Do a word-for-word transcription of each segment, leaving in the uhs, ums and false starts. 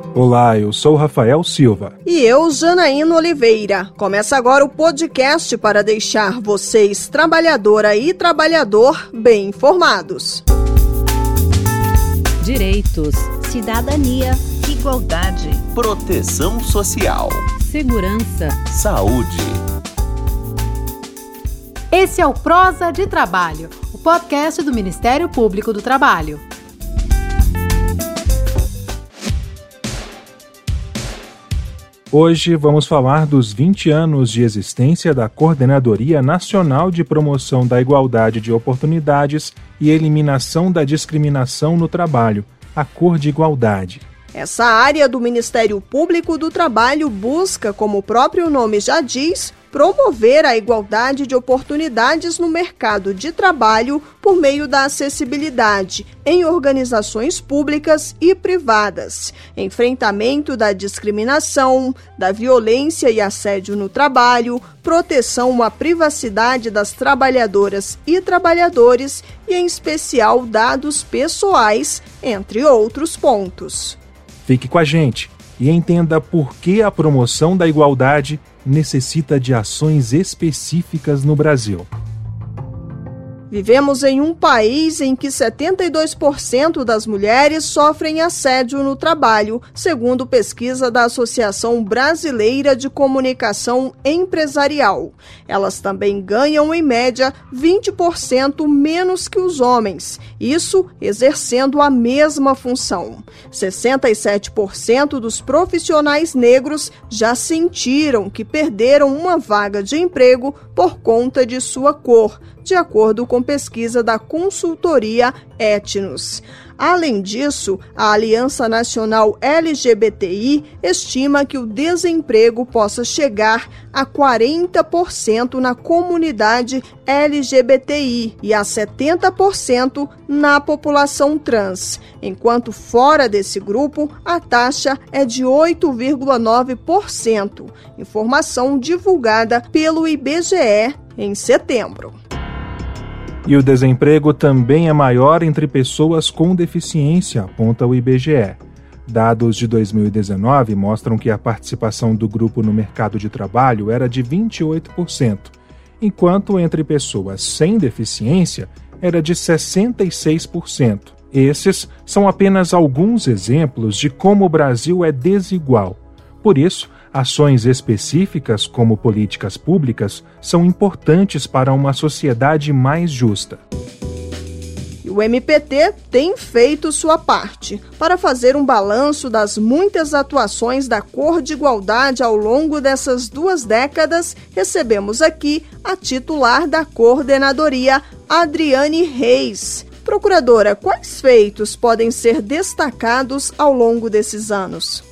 Olá, eu sou Rafael Silva. E eu, Janaína Oliveira. Começa agora o podcast para deixar vocês, trabalhadora e trabalhador, bem informados. Direitos, cidadania, igualdade, proteção social, segurança, saúde. Esse é o Prosa de Trabalho, o podcast do Ministério Público do Trabalho. Hoje vamos falar dos vinte anos de existência da Coordenadoria Nacional de Promoção da Igualdade de Oportunidades e Eliminação da Discriminação no Trabalho, a Cordigualdade. Essa área do Ministério Público do Trabalho busca, como o próprio nome já diz, promover a igualdade de oportunidades no mercado de trabalho por meio da acessibilidade em organizações públicas e privadas, enfrentamento da discriminação, da violência e assédio no trabalho, proteção à privacidade das trabalhadoras e trabalhadores e, em especial, dados pessoais, entre outros pontos. Fique com a gente e entenda por que a promoção da igualdade necessita de ações específicas no Brasil. Vivemos em um país em que setenta e dois por cento das mulheres sofrem assédio no trabalho, segundo pesquisa da Associação Brasileira de Comunicação Empresarial. Elas também ganham, em média, vinte por cento menos que os homens, isso exercendo a mesma função. sessenta e sete por cento dos profissionais negros já sentiram que perderam uma vaga de emprego por conta de sua cor, de acordo com pesquisa da consultoria Etnos. Além disso, a Aliança Nacional L G B T I estima que o desemprego possa chegar a quarenta por cento na comunidade L G B T I e a setenta por cento na população trans, enquanto fora desse grupo a taxa é de oito vírgula nove por cento, informação divulgada pelo I B G E em setembro. E o desemprego também é maior entre pessoas com deficiência, aponta o I B G E. Dados de dois mil e dezenove mostram que a participação do grupo no mercado de trabalho era de vinte e oito por cento, enquanto entre pessoas sem deficiência era de sessenta e seis por cento. Esses são apenas alguns exemplos de como o Brasil é desigual. Por isso, ações específicas, como políticas públicas, são importantes para uma sociedade mais justa. O M P T tem feito sua parte para fazer um balanço das muitas atuações da Cordigualdade ao longo dessas duas décadas. Recebemos aqui a titular da coordenadoria, Adriane Reis. Procuradora, quais feitos podem ser destacados ao longo desses anos?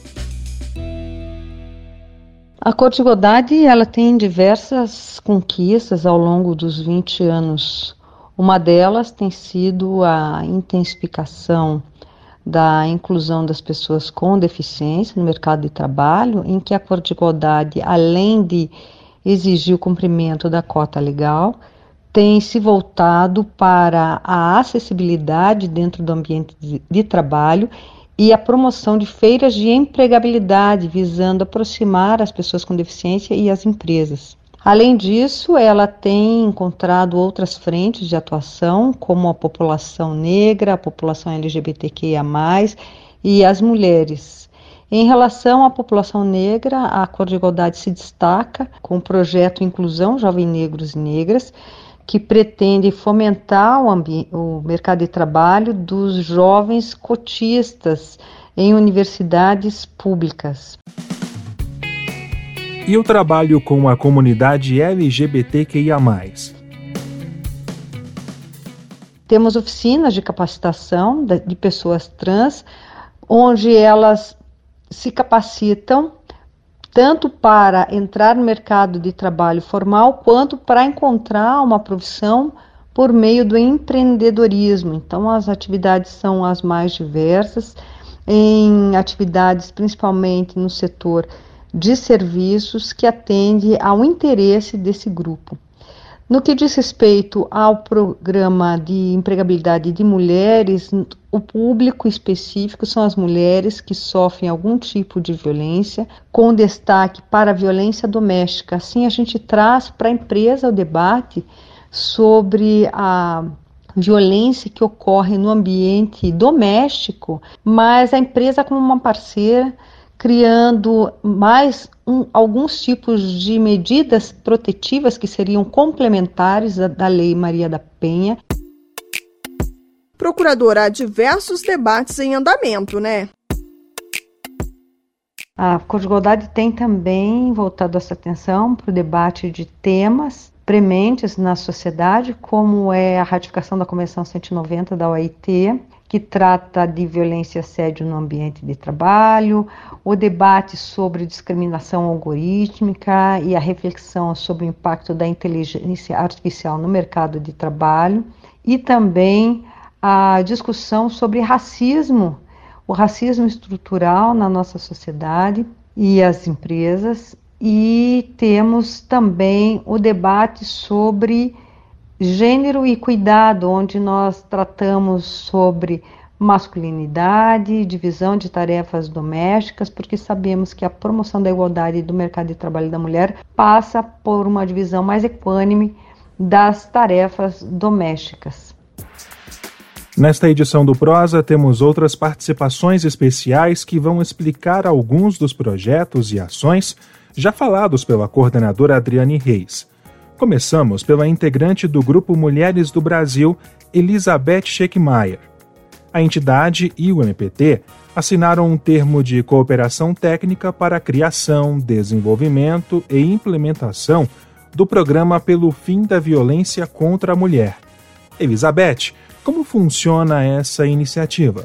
A Cordigualdade, ela tem diversas conquistas ao longo dos vinte anos. Uma delas tem sido a intensificação da inclusão das pessoas com deficiência no mercado de trabalho, em que a Cordigualdade, além de exigir o cumprimento da cota legal, tem se voltado para a acessibilidade dentro do ambiente de, de trabalho e a promoção de feiras de empregabilidade, visando aproximar as pessoas com deficiência e as empresas. Além disso, ela tem encontrado outras frentes de atuação, como a população negra, a população L G B T Q I A mais, e as mulheres. Em relação à população negra, a Cordigualdade se destaca com o projeto Inclusão Jovens Negros e Negras, que pretende fomentar o, ambi- o mercado de trabalho dos jovens cotistas em universidades públicas. E o trabalho com a comunidade L G B T Q I A mais? Temos oficinas de capacitação de pessoas trans, onde elas se capacitam tanto para entrar no mercado de trabalho formal, quanto para encontrar uma profissão por meio do empreendedorismo. Então, as atividades são as mais diversas, em atividades principalmente no setor de serviços que atende ao interesse desse grupo. No que diz respeito ao programa de empregabilidade de mulheres, o público específico são as mulheres que sofrem algum tipo de violência, com destaque para a violência doméstica. Assim, a gente traz para a empresa o debate sobre a violência que ocorre no ambiente doméstico, mas a empresa como uma parceira, criando mais um, alguns tipos de medidas protetivas que seriam complementares da, da Lei Maria da Penha. Procuradora, há diversos debates em andamento, né? A Cor de Igualdade tem também voltado essa atenção para o debate de temas prementes na sociedade, como é a ratificação da Convenção cento e noventa da O I T, que trata de violência e assédio no ambiente de trabalho, o debate sobre discriminação algorítmica e a reflexão sobre o impacto da inteligência artificial no mercado de trabalho, e também a discussão sobre racismo, o racismo estrutural na nossa sociedade e as empresas, e temos também o debate sobre gênero e cuidado, onde nós tratamos sobre masculinidade, divisão de tarefas domésticas, porque sabemos que a promoção da igualdade do mercado de trabalho da mulher passa por uma divisão mais equânime das tarefas domésticas. Nesta edição do Prosa, temos outras participações especiais que vão explicar alguns dos projetos e ações já falados pela coordenadora Adriane Reis. Começamos pela integrante do Grupo Mulheres do Brasil, Elizabeth Scheckmeier. A entidade e o M P T assinaram um termo de cooperação técnica para a criação, desenvolvimento e implementação do Programa pelo Fim da Violência contra a Mulher. Elizabeth, como funciona essa iniciativa?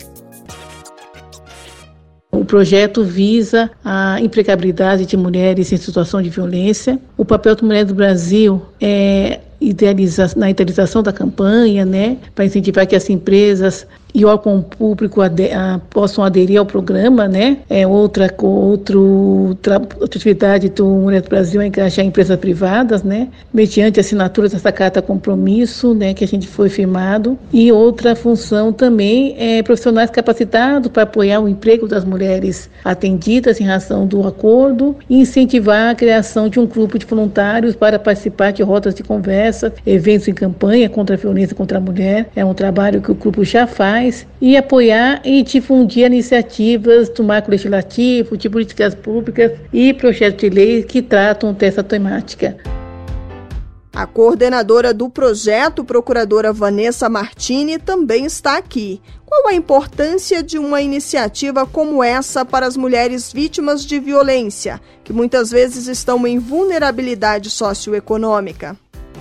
O projeto visa a empregabilidade de mulheres em situação de violência. O papel da Mulher do Brasil é idealiza, na idealização da campanha, né, para incentivar que as empresas e o órgão público ade, a, possam aderir ao programa, né? É outra, outro, tra, outra atividade do Mulher do Brasil é engajar empresas privadas, né? Mediante a assinatura dessa carta compromisso, né? Que a gente foi firmado. E outra função também é profissionais capacitados para apoiar o emprego das mulheres atendidas em razão do acordo e incentivar a criação de um grupo de voluntários para participar de rodas de conversa, eventos em campanha contra a violência contra a mulher. É um trabalho que o grupo já faz. E apoiar e difundir iniciativas do marco legislativo, de políticas públicas e projetos de lei que tratam dessa temática. A coordenadora do projeto, procuradora Vanessa Martini, também está aqui. Qual a importância de uma iniciativa como essa para as mulheres vítimas de violência, que muitas vezes estão em vulnerabilidade socioeconômica?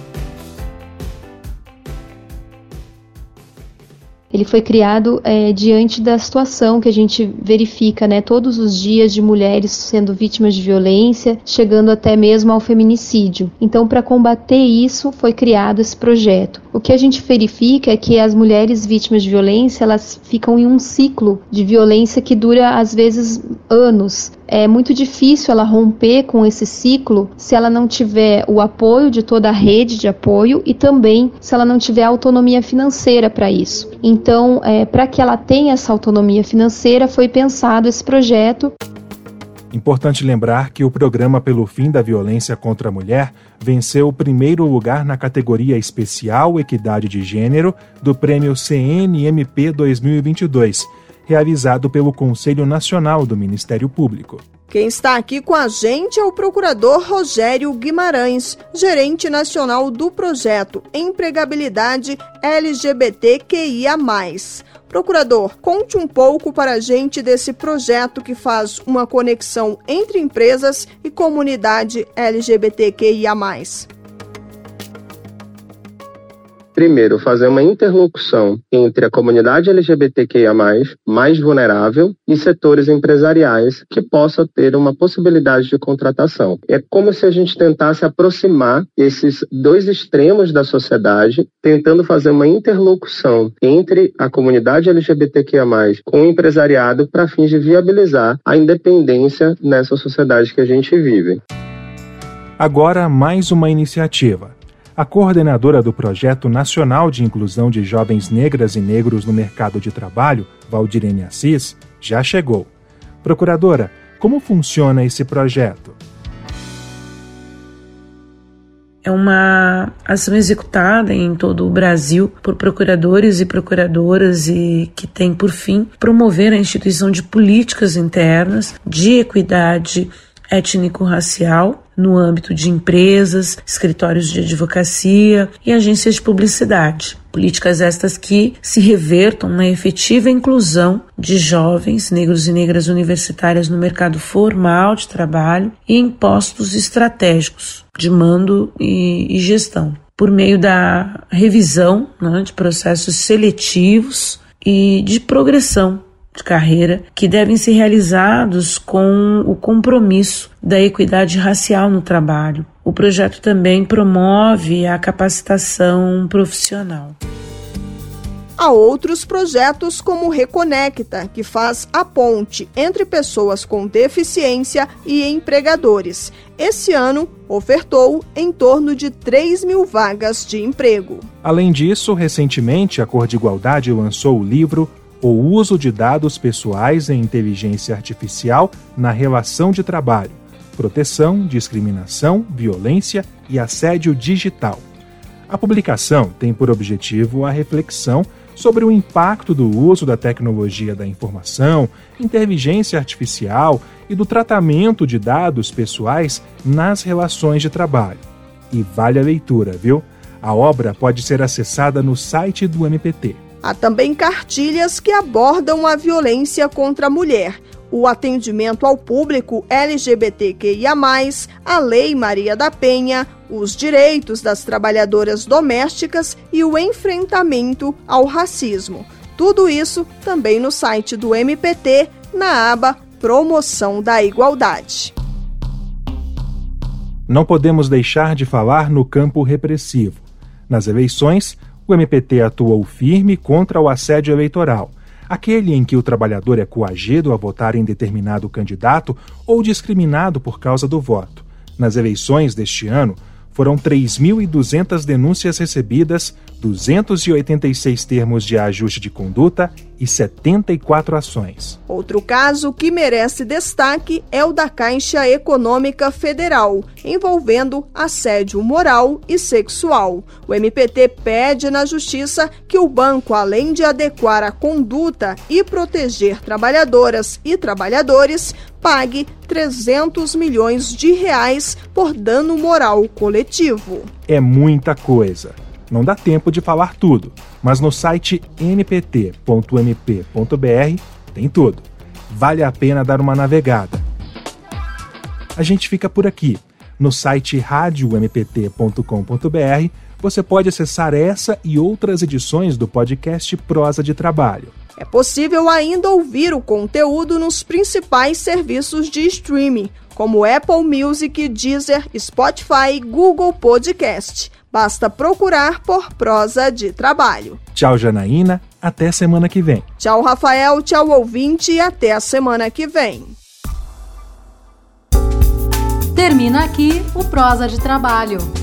Ele foi criado é, diante da situação que a gente verifica, né, todos os dias de mulheres sendo vítimas de violência, chegando até mesmo ao feminicídio. Então, para combater isso, foi criado esse projeto. O que a gente verifica é que as mulheres vítimas de violência, elas ficam em um ciclo de violência que dura, às vezes, anos. É muito difícil ela romper com esse ciclo se ela não tiver o apoio de toda a rede de apoio e também se ela não tiver autonomia financeira para isso. Então, é, para que ela tenha essa autonomia financeira, foi pensado esse projeto. Importante lembrar que o Programa pelo Fim da Violência contra a Mulher venceu o primeiro lugar na categoria Especial Equidade de Gênero do Prêmio C N M P dois mil e vinte e dois, realizado pelo Conselho Nacional do Ministério Público. Quem está aqui com a gente é o procurador Rogério Guimarães, gerente nacional do projeto Empregabilidade L G B T Q I A mais. Procurador, conte um pouco para a gente desse projeto que faz uma conexão entre empresas e comunidade L G B T Q I A mais. Primeiro, fazer uma interlocução entre a comunidade L G B T Q I A mais, mais vulnerável, e setores empresariais que possam ter uma possibilidade de contratação. É como se a gente tentasse aproximar esses dois extremos da sociedade, tentando fazer uma interlocução entre a comunidade L G B T Q I A mais, com o empresariado para fins de viabilizar a independência nessa sociedade que a gente vive. Agora, mais uma iniciativa. A coordenadora do Projeto Nacional de Inclusão de Jovens Negras e Negros no Mercado de Trabalho, Valdirene Assis, já chegou. Procuradora, como funciona esse projeto? É uma ação executada em todo o Brasil por procuradores e procuradoras e que tem por fim promover a instituição de políticas internas de equidade étnico-racial no âmbito de empresas, escritórios de advocacia e agências de publicidade. Políticas estas que se revertam na efetiva inclusão de jovens, negros e negras universitárias no mercado formal de trabalho e em postos estratégicos de mando e, e gestão, por meio da revisão, né, de processos seletivos e de progressão de carreira que devem ser realizados com o compromisso da equidade racial no trabalho. O projeto também promove a capacitação profissional. Há outros projetos como o Reconecta, que faz a ponte entre pessoas com deficiência e empregadores. Esse ano, ofertou em torno de três mil vagas de emprego. Além disso, recentemente, a Cor de Igualdade lançou o livro O Uso de Dados Pessoais em Inteligência Artificial na Relação de Trabalho, Proteção, Discriminação, Violência e Assédio Digital. A publicação tem por objetivo a reflexão sobre o impacto do uso da tecnologia da informação, inteligência artificial e do tratamento de dados pessoais nas relações de trabalho. E vale a leitura, viu? A obra pode ser acessada no site do M P T. Há também cartilhas que abordam a violência contra a mulher, o atendimento ao público L G B T Q I A mais, a Lei Maria da Penha, os direitos das trabalhadoras domésticas e o enfrentamento ao racismo. Tudo isso também no site do M P T, na aba Promoção da Igualdade. Não podemos deixar de falar no campo repressivo. Nas eleições, o M P T atuou firme contra o assédio eleitoral, aquele em que o trabalhador é coagido a votar em determinado candidato ou discriminado por causa do voto. Nas eleições deste ano, foram três mil e duzentas denúncias recebidas, duzentos e oitenta e seis termos de ajuste de conduta e setenta e quatro ações. Outro caso que merece destaque é o da Caixa Econômica Federal, envolvendo assédio moral e sexual. O M P T pede na Justiça que o banco, além de adequar a conduta e proteger trabalhadoras e trabalhadores, pague trezentos milhões de reais por dano moral coletivo. É muita coisa. Não dá tempo de falar tudo, mas no site n p t ponto m p ponto b r tem tudo. Vale a pena dar uma navegada. A gente fica por aqui. No site rádio m p t ponto com ponto b r você pode acessar essa e outras edições do podcast Prosa de Trabalho. É possível ainda ouvir o conteúdo nos principais serviços de streaming, como Apple Music, Deezer, Spotify e Google Podcast. Basta procurar por Prosa de Trabalho. Tchau, Janaína. Até semana que vem. Tchau, Rafael. Tchau, ouvinte. E até a semana que vem. Termina aqui o Prosa de Trabalho.